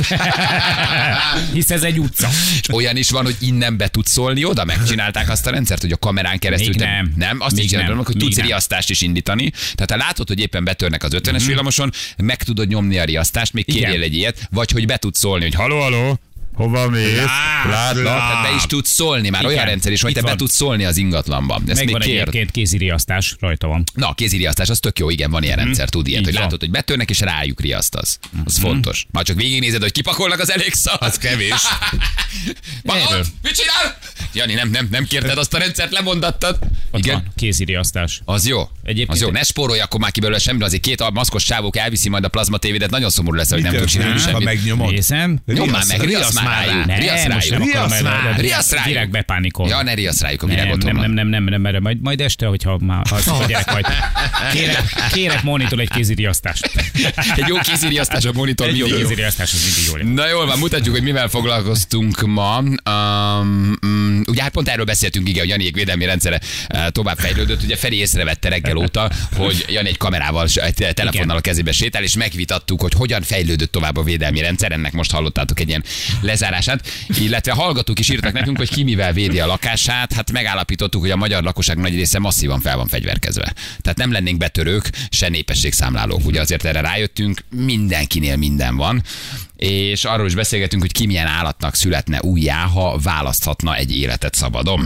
Hisz ez egy utca. És olyan is van, hogy innen be tudsz szólni oda? Megcsinálták azt a rendszert, hogy a kamerán keresztül... Még nem. Nem? Azt Még is csináltam, nem. hogy tudsz nem. riasztást is indítani. Tehát ha látod, hogy éppen betörnek az ötvenes mm-hmm. villamoson, meg tudod nyomni a riasztást, még kérjél egy ilyet, vagy hogy be tudsz szólni, hogy haló, haló, Hova mész? Látlak, tehát be is tudsz szólni, már Igen, olyan rendszer is, hogy itt te be van. tudsz szólni az ingatlanban. Ezt Megvan még kérd. egyébként kéziriasztás, rajta van. Na, a kéziriasztás, az tök jó, igen, van ilyen Mhm. rendszer, tud ilyet, Így hogy van. látod, hogy betörnek, és rájuk riasztasz. Az fontos. Már csak végignézed, hogy kipakolnak, az elég szar. Az kevés. Magad, mit csinál? Jani, nem, nem, nem kérted azt a rendszert, lemondattad. Ott Igen. van, kéziriasztás. Az jó. Egyébként az jó. egy- Ne spórolj akkor már ki belőle semmit, azért két maszkos csávók elviszi majd a plazma tévédet, nagyon szomorú lesz, hogy nem tud csinálni Ha semmit. megnyomod. Nézem. Nyom már meg, riasz riasz már már rájuk. Ne, Riasz most nem rájuk. akarom Riasz el- már, de- riasz rájuk. Direkt bepanikol. Ja, ne riasz rájuk a világ Nem, nem, otthonban. nem, nem, nem, nem, nem, majd, majd este, hogyha már az a gyerek majd. Kérek, kérek monitor egy kéziriasztást. Egy jó kéziriasztás a monitor Egy jó mindig jó. kéziriasztás, az mindig jól jön. Na jól van, mutatjuk, hogy mivel foglalkoztunk ma. Um, um, ugye hát pont erről beszéltünk, igen, hogy Janiék védelmi rendszere uh, tovább fejlődött. Ugye Feri észrevette reggel óta, hogy Jani egy kamerával, egy telefonnal a kezébe sétál, és megvitattuk, hogy hogyan fejlődött tovább a védelmi rendszer. Ennek most hallottátok egy ilyen lezárását. Illetve hallgatók is írtak nekünk, hogy ki mivel védi a lakását. Hát megállapítottuk, hogy a magyar lakosság nagy része masszívan fel van fegyverkezve. Tehát nem lennénk betörők, se népességszámlálók. Ugye azért erre rájöttünk, mindenkinél minden van. És arról is beszélgetünk, hogy ki milyen állatnak születne újjá, ha választhatna egy életet szabadon.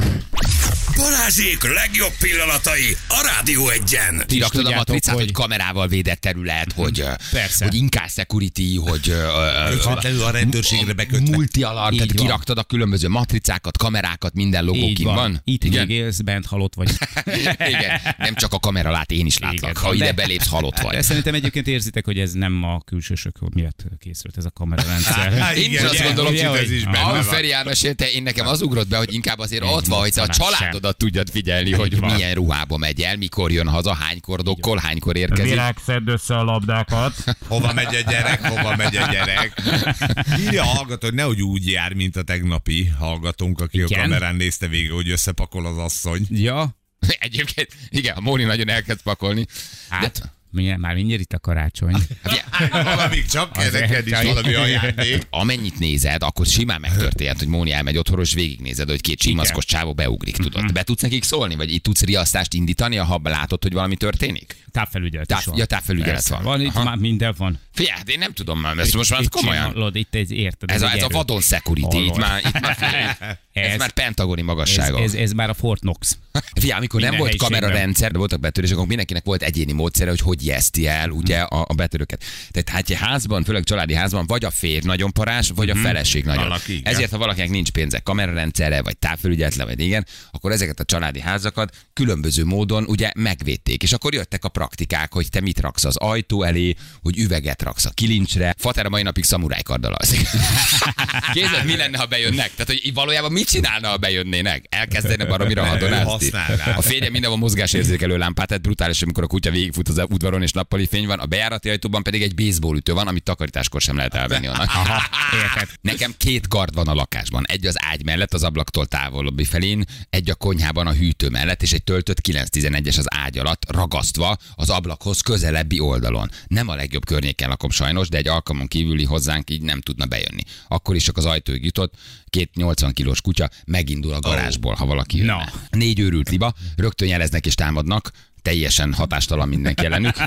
Balázsék legjobb pillanatai a Rádió Egyen. Ti raktad a tudjátok, matricát, hogy... hogy- kamerával védett terület, hogy, Persze. hogy inkább security, hogy Közvetlenül a rendőrségre bekötve. multi alarm, Így tehát van. kiraktad a különböző matricákat, kamerákat, minden logó Így kint van. van. Itt Igen? még élsz, bent halott vagy. Igen, nem csak a kamera lát, én is látlak. Igen. Ha ide De- belépsz, halott De vagy. szerintem egyébként érzitek, hogy ez nem a külsősök miatt készült ez a kamerarendszer. Hát Én is igen, azt ugye, gondolom, ugye, hogy ez is benne ahogy van. Feri elmesélte, én nekem az ugrott be, hogy inkább azért ott van, hogy te a moccanás családodat tudjad figyelni, hogy van. milyen ruhába megy el, mikor jön haza, hánykor dokkol, hánykor érkezik. Virág, szedd össze a labdákat. Hova megy a gyerek, hova megy a gyerek. Írja a hallgató, hogy nehogy úgy jár, mint a tegnapi hallgatónk, aki Igen? a kamerán nézte végre, hogy összepakol az asszony. Ja, Egyébként, igen, a Móni nagyon elkezd pakolni. hát milyen, már mindjárt itt a karácsony. Valamik csak kell neked is Azért- valami ajándék. Amennyit nézed, akkor simán megtörténhet, hogy Móni elmegy otthonról, és végignézed, hogy két simaszkos csávó beugrik, tudod. Be tudsz nekik szólni, vagy itt tudsz riasztást indítani, ha látod, hogy valami történik? Távfelügyelet Táv- is van. ja, távfelügyelet Persze. van. Van, itt Aha. már minden van. Figyelj, hát én nem tudom már, ezt most már Itt komolyan. csinálod, itt ez érted. Ez a, egy ez a erő. vadon security, itt Hallod. már, itt már, ez, Ez- már pentagoni Ez, magassága. ez, ez már a Fort Knox. Figyelj, amikor nem Minden volt helyiségben. kamerarendszer, de voltak betörések, akkor mindenkinek volt egyéni módszere, hogy hogy ijeszti el ugye a, a betörőket. Tehát hát egy házban, főleg családi házban, vagy a férj nagyon parás, vagy a feleség nagyon. Valaki, igen. Ezért, ha valakinek nincs pénze kamerarendszerre, vagy távfelügyeletre, vagy igen, akkor ezeket a családi házakat különböző módon ugye megvédték. És akkor jöttek a praktikák, hogy te mit raksz az ajtó elé, hogy üveget raksz a kilincsre. Fater a mai napig szamurájkarddal alszik. Képzeld, mi lenne, ha bejönnek? Tehát, hogy valójában mit csinálna, ha bejönnének? Elkezdenek baromira hadonászni. használná. A férjem mindenhol mozgásérzékelő lámpát, tehát brutális, amikor a kutya végigfut az udvaron és nappali fény van, a bejárati ajtóban pedig egy baseball ütő van, amit takarításkor sem lehet elvenni onnan. Aha, érted. Nekem két kard van a lakásban. Egy az ágy mellett, az ablaktól távolabbi felén, egy a konyhában a hűtő mellett, és egy töltött kilenc tizenegyes az ágy alatt, ragasztva az ablakhoz közelebbi oldalon. Nem a legjobb környéken lakom sajnos, de egy alkalmon kívüli hozzánk így nem tudna bejönni. Akkor is csak az ajtóig jutott, két nyolcvan kilós kutya megindul a garázsból, ha valaki jönne. Na. Négy őrült liba, rögtön jeleznek és támadnak, teljesen hatástalan mindenki ellenük.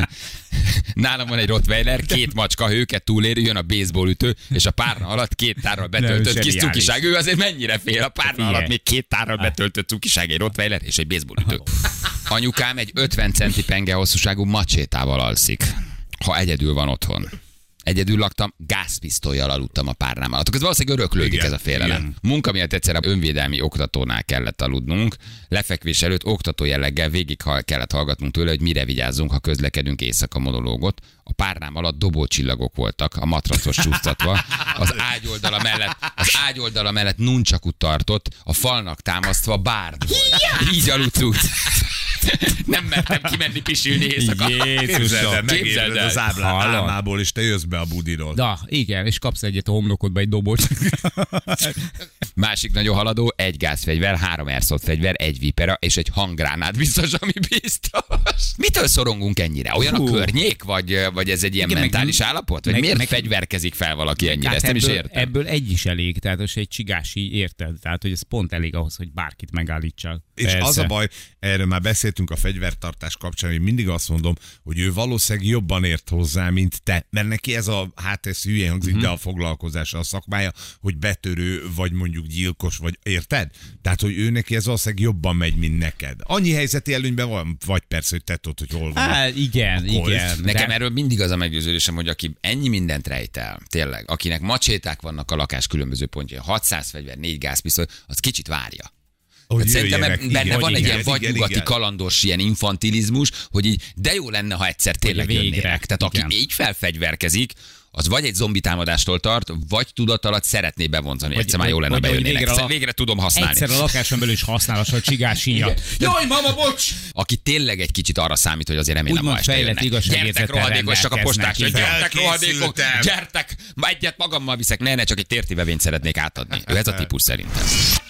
Nálam van egy rottweiler, két macska, őket túléri, jön a baseball ütő, és a párna alatt két tárral betöltött Nem, kis zseniális. cukiság. Ő azért mennyire fél, a párna Figyelj. alatt még két tárral betöltött cukiság, egy rottweiler és egy baseball ütő. Anyukám egy ötven centi penge hosszúságú macsétával alszik, ha egyedül van otthon. Egyedül laktam, gázpisztollyal aludtam a párnám alatt. Ez valószínűleg öröklődik Igen, ez a félelem. igen. Munka miatt egyszer a önvédelmi oktatónál kellett aludnunk. Lefekvés előtt oktató jelleggel végig ha- kellett hallgatnunk tőle, hogy mire vigyázzunk, ha közlekedünk éjszaka monológot. A párnám alatt dobócsillagok voltak, a matracos csúsztatva. Az ágyoldala mellett, az ágyoldala mellett nuncsakut tartott, a falnak támasztva bárd volt. Így aludtunk. Nem mertem kimenni pisilni éjszaka. Képzeld el, Jézusom. megérted el. az áblá, Hallod? álmából, és te jössz be a budiról. Da, igen, és kapsz egyet a homlokodba egy dobot. Másik nagyon haladó, egy gázfegyver, három airsoft fegyver, egy vipera és egy hanggránát biztos, ami biztos. Mitől szorongunk ennyire? Olyan Hú. a környék, vagy, vagy ez egy ilyen igen, mentális meg, állapot? Vagy meg, miért meg, fegyverkezik fel valaki ennyire? Ezt nem ebből, is értem. Ebből egy is elég, tehát az egy csigási, érted? Tehát, hogy ez pont elég ahhoz, hogy bárkit megállítsak. És persze. Az a baj, erről már beszéltünk a fegyvertartás kapcsán, hogy mindig azt mondom, hogy ő valószínűleg jobban ért hozzá, mint te. Mert neki ez a, hát ez hülyén hangzik, uh-huh. de a foglalkozása, a szakmája, hogy betörő, vagy mondjuk gyilkos, vagy érted? Tehát, hogy ő neki ez valószínűleg jobban megy, mint neked. Annyi helyzeti előnyben van, vagy persze, hogy te tudod, hogy hol van. Hát igen, igen. Nekem de... erről mindig az a meggyőződésem, hogy aki ennyi mindent rejt el, tényleg, akinek macséták vannak a lakás különböző pontjai, hatszáz fegyver, négy gázpisztoly, az kicsit várja. Hát szerintem benne igen, van egy ilyen vagy igen, nyugati igen. kalandos ilyen infantilizmus, hogy így de jó lenne, ha egyszer tényleg jönnének. Tehát aki igen. így felfegyverkezik, az vagy egy zombi támadástól tart, vagy tudat alatt szeretné bevonzani. Vagy, egyszer már jó lenne, ha bejönnének. Végre, a, végre tudom használni. Egyszer a lakáson belül is használás, a csigásíjat. Jaj, mama, bocs! Aki tényleg egy kicsit arra számít, hogy azért remélem, ma este jönnek. Gyertek rohadékosak a postás, gyertek rohadékok, gyertek, egyet magammal viszek, ne, ne, csak egy tértivevényt szeretnék átadni. Ő ez a típus szerintem.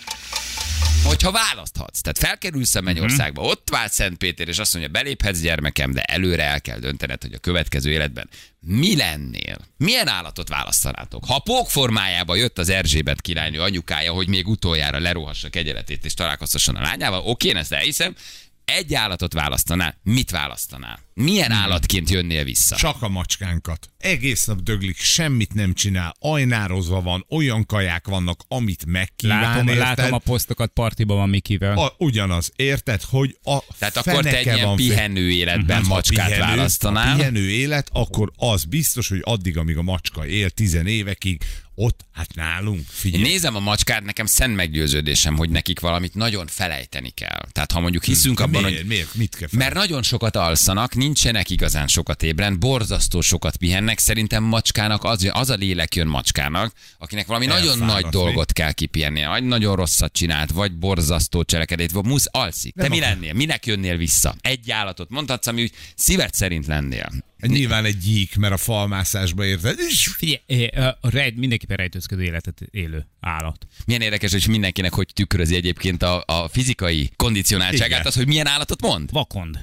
Hogyha választhatsz, tehát felkerülsz a Mennyországba, ott vár Szentpéter, és azt mondja, beléphetsz gyermekem, de előre el kell döntened, hogy a következő életben mi lennél? Milyen állatot választanátok? Ha a pók formájába jött az Erzsébet királynő anyukája, hogy még utoljára lerohassa kegyeletét és találkozhasson a lányával, oké, én ezt elhiszem, egy állatot választanál, mit választanál? Milyen állatként jönnél vissza? Csak a macskánkat. Egész nap döglik, semmit nem csinál, ajnározva van, olyan kaják vannak, amit megkíván, látom, érted? látom a posztokat, partiban van Mikivel. A, ugyanaz, érted, hogy a tehát akkor te egy ilyen pihenő életben uh-huh. macskát pihenő, választanál. Ha pihenő élet, akkor az biztos, hogy addig, amíg a macska él tizenévekig, ott, hát nálunk, figyelj. Én nézem a macskát, nekem szent meggyőződésem, hogy nekik valamit nagyon felejteni kell. Tehát ha mondjuk hiszünk abban, miért, hogy... Miért? Mit kell mert nagyon sokat alszanak, nincsenek igazán sokat ébren, borzasztó sokat pihennek, szerintem macskának az, az a lélek jön macskának, akinek valami nagyon nagy dolgot kell kipihennie, vagy nagyon rosszat csinált, vagy borzasztó cselekedét, vagy musz alszik. Te mi lennél? Minek jönnél vissza? Egy állatot mondhatsz, ami úgy szíved szerint lennél. Nyilván egy gyík, mert a falmászásba érted. Figyelj, a rejt, mindenképpen rejtőzködő életet élő állat. Milyen érdekes, hogy mindenkinek hogy tükrözi egyébként a, a fizikai kondicionáltságát, igen. Az, hogy milyen állatot mond? Vakond.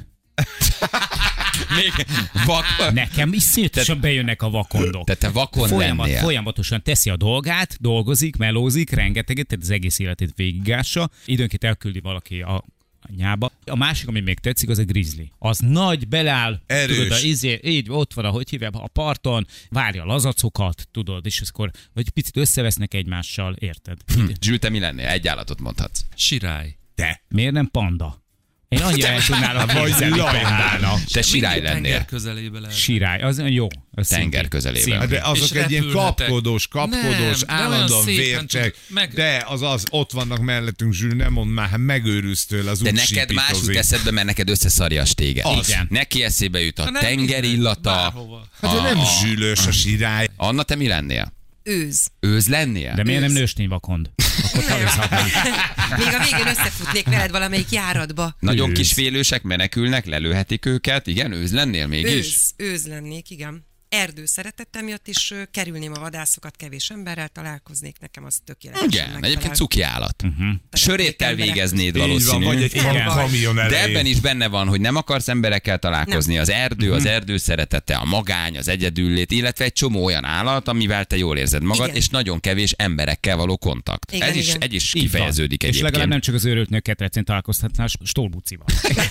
Még vak... Nekem is szétosan bejönnek a vakondok. Tehát te vakond Folyamat, lennél. Folyamatosan teszi a dolgát, dolgozik, melózik, rengeteget, tehát az egész életét végigássa. Időnként elküldi valaki a anyába. A másik, ami még tetszik, az a grizzly. Az nagy, beleáll, erős. Tudod, izé, így ott van, ahogy hívják, a parton, várja a lazacokat, tudod, és akkor vagy picit összevesznek egymással, érted? Hm. Zsül, te mi lennél? Egy állatot mondhatsz. Sirály. Te. Miért nem panda? Én annyira el tudnálok képzelni pandának. Te sirály lennél. Tenger közelébe lehet. Sirály, az jó. Az tenger közelében. De azok és egy ilyen kapkodós, kapkodós, nem, állandóan vércsek. Meg... De az az, ott vannak mellettünk, Zsül, nem mondd már, hát megőrülsz tőle, az de úgy neked más jut eszedbe, mert neked összeszarja a téged. Igen. Neki eszébe jut a tenger illata. Hát de nem zsűlös a sirály. Anna, te mi lennél? Őz. Őz lennél? De miért nem nőstény vakond? Akkor találhatnánk. Még a végén összefutnék veled valamelyik járatba. Nagyon őz. Kis félősek menekülnek, lelőhetik őket. Igen, őz lennél mégis? Őz, őz lennék, igen. Erdő szeretettem miatt is kerülném a vadászokat, kevés emberrel találkoznék, nekem az tökéletes. Igen, egyébként cuki állat. Uh-huh. Söréttel végeznéd valószínű. Van, vagy egy kamion de ebben is benne van, hogy nem akarsz emberekkel találkozni. Nem. Az erdő, az erdő szeretete, a magány, az egyedüllét, illetve egy csomó olyan állat, amivel te jól érzed magad, igen. És nagyon kevés emberekkel való kontakt. Igen, ez, is, ez is kifejeződik és egyébként. És legalább nem csak az őrült nők ketrecén találkozhatnál, Stolbucival.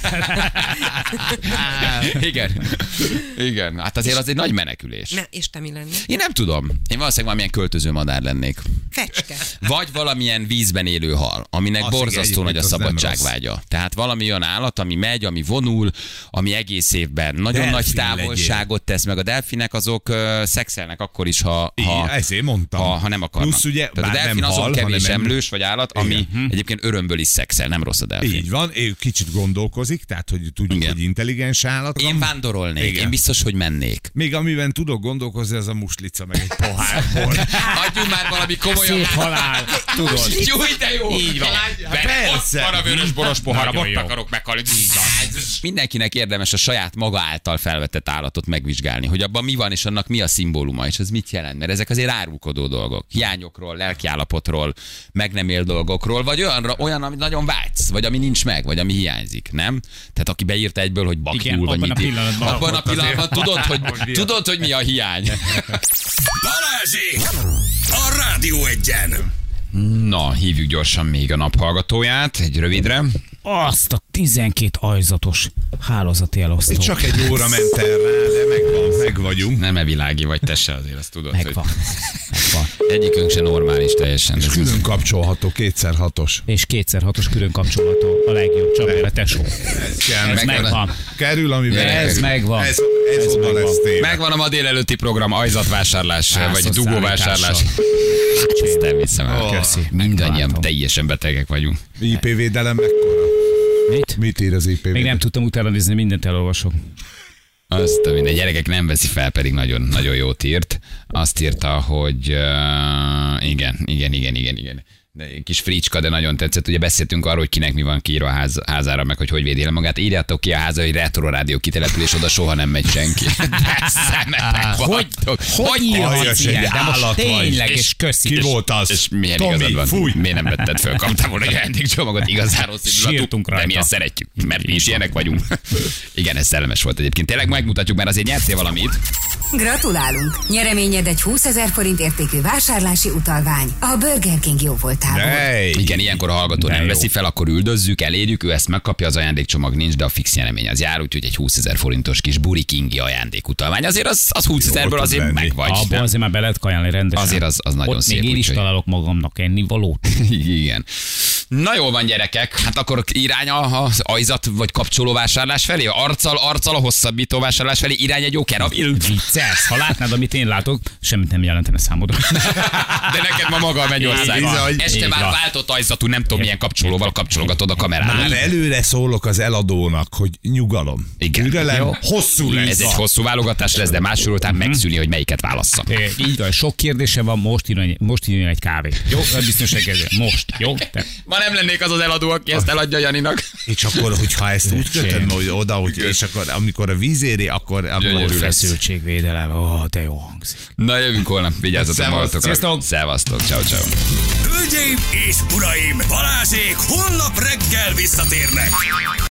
Igen. Igen. Hát azért az egy nagy menekülés. Ne, és te mi lennél? Én nem tudom. Én valószínűleg valamilyen költöző madár lennék. Fecske. Vagy valamilyen vízben élő hal, aminek azt borzasztó nagy a szabadságvágya. Tehát valami olyan állat, ami megy, ami vonul, ami egész évben nagyon delfin nagy távolságot legyél. Tesz meg. A delfinek azok uh, szexelnek akkor is, ha, ha, ezért mondtam. Ha, ha nem akarnak. Plusz ugye, tehát a delfin azon hal, kevés emlős vagy állat, ami igen. Egyébként örömből is szexel, nem rossz a delfin. Így van, ő kicsit gondolkozik, tehát hogy tudjuk, igen. Hogy intelligens állat. Én vándorolnék, igen. Én biztos, hogy mennék. Még amiben tudok gondolkozni, ez a muslica, meg egy pohárból. Adjunk már valami komolyabb. Szép halál, tudod. Jó, de jó. Így van. Persze. Van a vörös boros pohár, ott akarok meghalni. mindenkinek érdemes a saját maga által felvetett állatot megvizsgálni, hogy abban mi van, és annak mi a szimbóluma, és ez mit jelent, mert ezek azért árulkodó dolgok. Hiányokról, lelkiállapotról, meg nem él dolgokról, vagy olyanra, olyan, amit nagyon vágysz, vagy ami nincs meg, vagy ami hiányzik, nem? Tehát aki beírta egyből, hogy baknyúl, vagy mit. Abban a pillanatban tudod, hogy, tudod, hogy mi a hiány. Balázsék! A Rádió Egyen! Na, hívjuk gyorsan még a naphallgatóját, egy rövidre. Azt a tizenkét ajzatos hálózati elosztó. Csak egy óra ment el rá, de megvan, meg vagyunk. Nem e világi vagy te se, azért azt tudod, Megvan. hogy Megvan. egyikünk se normális teljesen. És külön kapcsolható, kétszer hatos. És kétszer hatos külön kapcsolató a legjobb, csak a tesó. Ez kell, Ez megvan. megvan. Kerül, amiben Ez kerül. megvan. Ez, ez, Ez oda megvan. lesz téve. Megvan a ma délelőtti program, ajzatvásárlás, vagy Házhoz dugóvásárlás. Ezt nem hiszem el. Köszi. Mindannyian Meglátom. teljesen betegek vagyunk. I P védelem mekkora? Mit? Mit ír az I P Még védelem? nem tudtam utána nézni, mindent elolvasok. Azt a minden gyerekek nem veszi fel, pedig nagyon, nagyon jót írt. Azt írta, hogy uh, igen, igen, igen, igen, igen. De egy kis fricska, de nagyon tetszett. Ugye beszéltünk arról, hogy kinek mi van kiírva a ház, házára, meg hogy hogy védi el magát. Írjátok ki a háza, hogy retro rádió kitelepülés, oda soha nem megy senki. De szemetek Hogy, vagytok. hogy írhatsz aljas, ilyen? egy De most állat vagy. tényleg, És és köszi. Ki volt az? És milyen Tomi, igazad van? fúj! Miért nem vetted föl? Kaptál volna egy ajándékcsomagot, igazán rossz indulatú, Sírtunk de rajta. milyen szeretjük, mert mi is ilyenek vagyunk. Igen, ez szellemes volt egyébként. Tényleg megmutatjuk, mert azért nyertél valamit. Gratulálunk! Nyereményed egy húszezer forint értékű vásárlási utalvány a Burger King jóvoltából. Hey. Igen, ilyenkor a hallgató De nem jó. veszi fel, akkor üldözzük, elérjük, ő ezt megkapja, az ajándékcsomag nincs, de a fix nyeremény az jár, úgyhogy egy húszezer forintos kis Buri Kingi ajándékutalvány. Azért az, az húszezerből tud azért lenni. meg vagy. Abba nem? azért már be lehet kajálni rendesen. Azért az- az nagyon Ott szép, még én is úgyhogy- találok magamnak ennivalót. Igen. Na jól van, gyerekek, hát akkor irány az ajzat vagy kapcsolóvásárlás felé, arccal, arccal a hosszabbító vásárlás felé irány egy jó keravil. Vicces. Ha látnád, amit én látok, semmit nem jelentene számodra. De neked ma maga a mennyország. Így van. Este Így már van. váltott ajzatú, nem tudom milyen kapcsolóval kapcsolgatod a kamerát. Már előre szólok az eladónak, hogy nyugalom. Igen. Türelem, Jó. hosszú lesz. Ez egy hosszú válogatás lesz, de másról után megszűni, hogy melyiket válassza. É, Így van, sok kérdése van, most írjon, most írjon egy kávét. Jó, biztos egy Most, jó? Te. Ma nem lennék az az eladó, aki ezt eladja Janinak. És akkor, hogyha ezt úgy kötöm hogy oda, hogy, és akkor amikor a víz éri, akkor, akkor Gyönyörű lesz. Feszültségvédelem, ó, oh, de jó hangzik. Na jövünk holnap, vigyázzatok Szevasztok. magatokra. Sziasztok. Szevasztok, ciao ciao. Hölgyeim és uraim, Balázsék holnap reggel visszatérnek.